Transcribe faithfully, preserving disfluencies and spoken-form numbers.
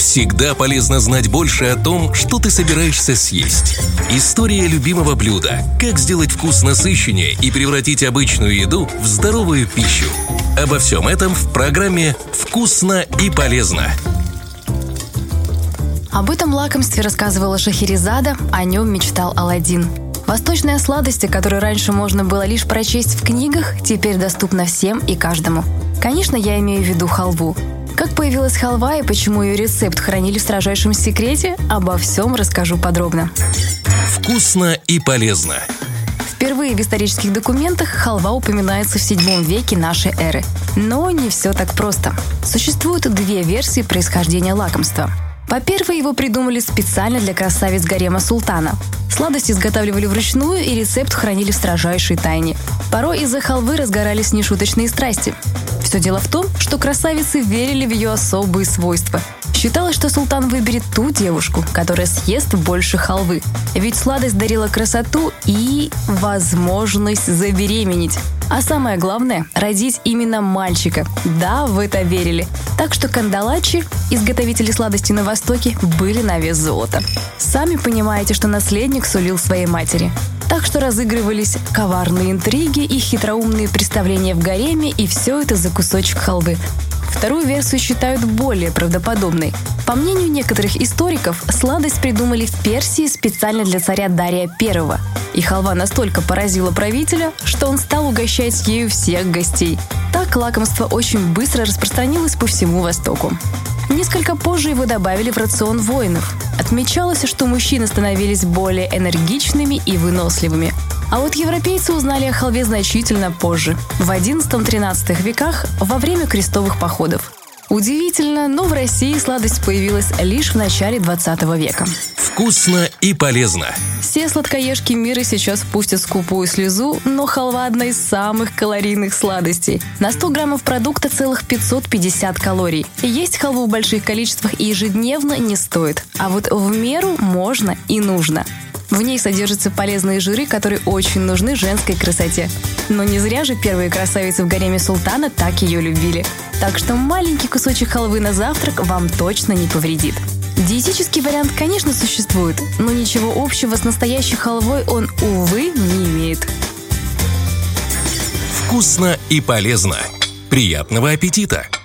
Всегда полезно знать больше о том, что ты собираешься съесть. История любимого блюда. Как сделать вкус насыщеннее и превратить обычную еду в здоровую пищу. Обо всем этом в программе «Вкусно и полезно». Об этом лакомстве рассказывала Шахерезада, о нем мечтал Аладдин. Восточная сладость, которую раньше можно было лишь прочесть в книгах, теперь доступна всем и каждому. Конечно, я имею в виду халву. Как появилась халва и почему ее рецепт хранили в строжайшем секрете, обо всем расскажу подробно. Вкусно и полезно. Впервые в исторических документах халва упоминается в седьмом веке нашей эры. Но не все так просто. Существуют две версии происхождения лакомства. Во-первых, его придумали специально для красавиц гарема султана. Сладость изготавливали вручную и рецепт хранили в строжайшей тайне. Порой из-за халвы разгорались нешуточные страсти. Все дело в том, что красавицы верили в ее особые свойства. Считалось, что султан выберет ту девушку, которая съест больше халвы. Ведь сладость дарила красоту и возможность забеременеть. А самое главное – родить именно мальчика. Да, в это верили. Так что кандалачи, изготовители сладости на Востоке, были на вес золота. Сами понимаете, что наследник сулил своей матери. Так что разыгрывались коварные интриги и хитроумные представления в гареме, и все это за кусочек халвы. Вторую версию считают более правдоподобной. По мнению некоторых историков, сладость придумали в Персии специально для царя Дария Первого. И халва настолько поразила правителя, что он стал угощать ею всех гостей. Так лакомство очень быстро распространилось по всему Востоку. Несколько позже его добавили в рацион воинов. Отмечалось, что мужчины становились более энергичными и выносливыми. А вот европейцы узнали о халве значительно позже, в одиннадцатом-тринадцатом веках, во время крестовых походов. Удивительно, но в России сладость появилась лишь в начале двадцатого века. Вкусно и полезно. Все сладкоежки мира сейчас пустят скупую слезу, но халва – одна из самых калорийных сладостей. На сто граммов продукта целых пятьсот пятьдесят калорий. Есть халву в больших количествах и ежедневно не стоит. А вот в меру можно и нужно. В ней содержатся полезные жиры, которые очень нужны женской красоте. Но не зря же первые красавицы в гареме султана так ее любили. Так что маленький кусочек халвы на завтрак вам точно не повредит. Диетический вариант, конечно, существует, но ничего общего с настоящей халвой он, увы, не имеет. Вкусно и полезно. Приятного аппетита!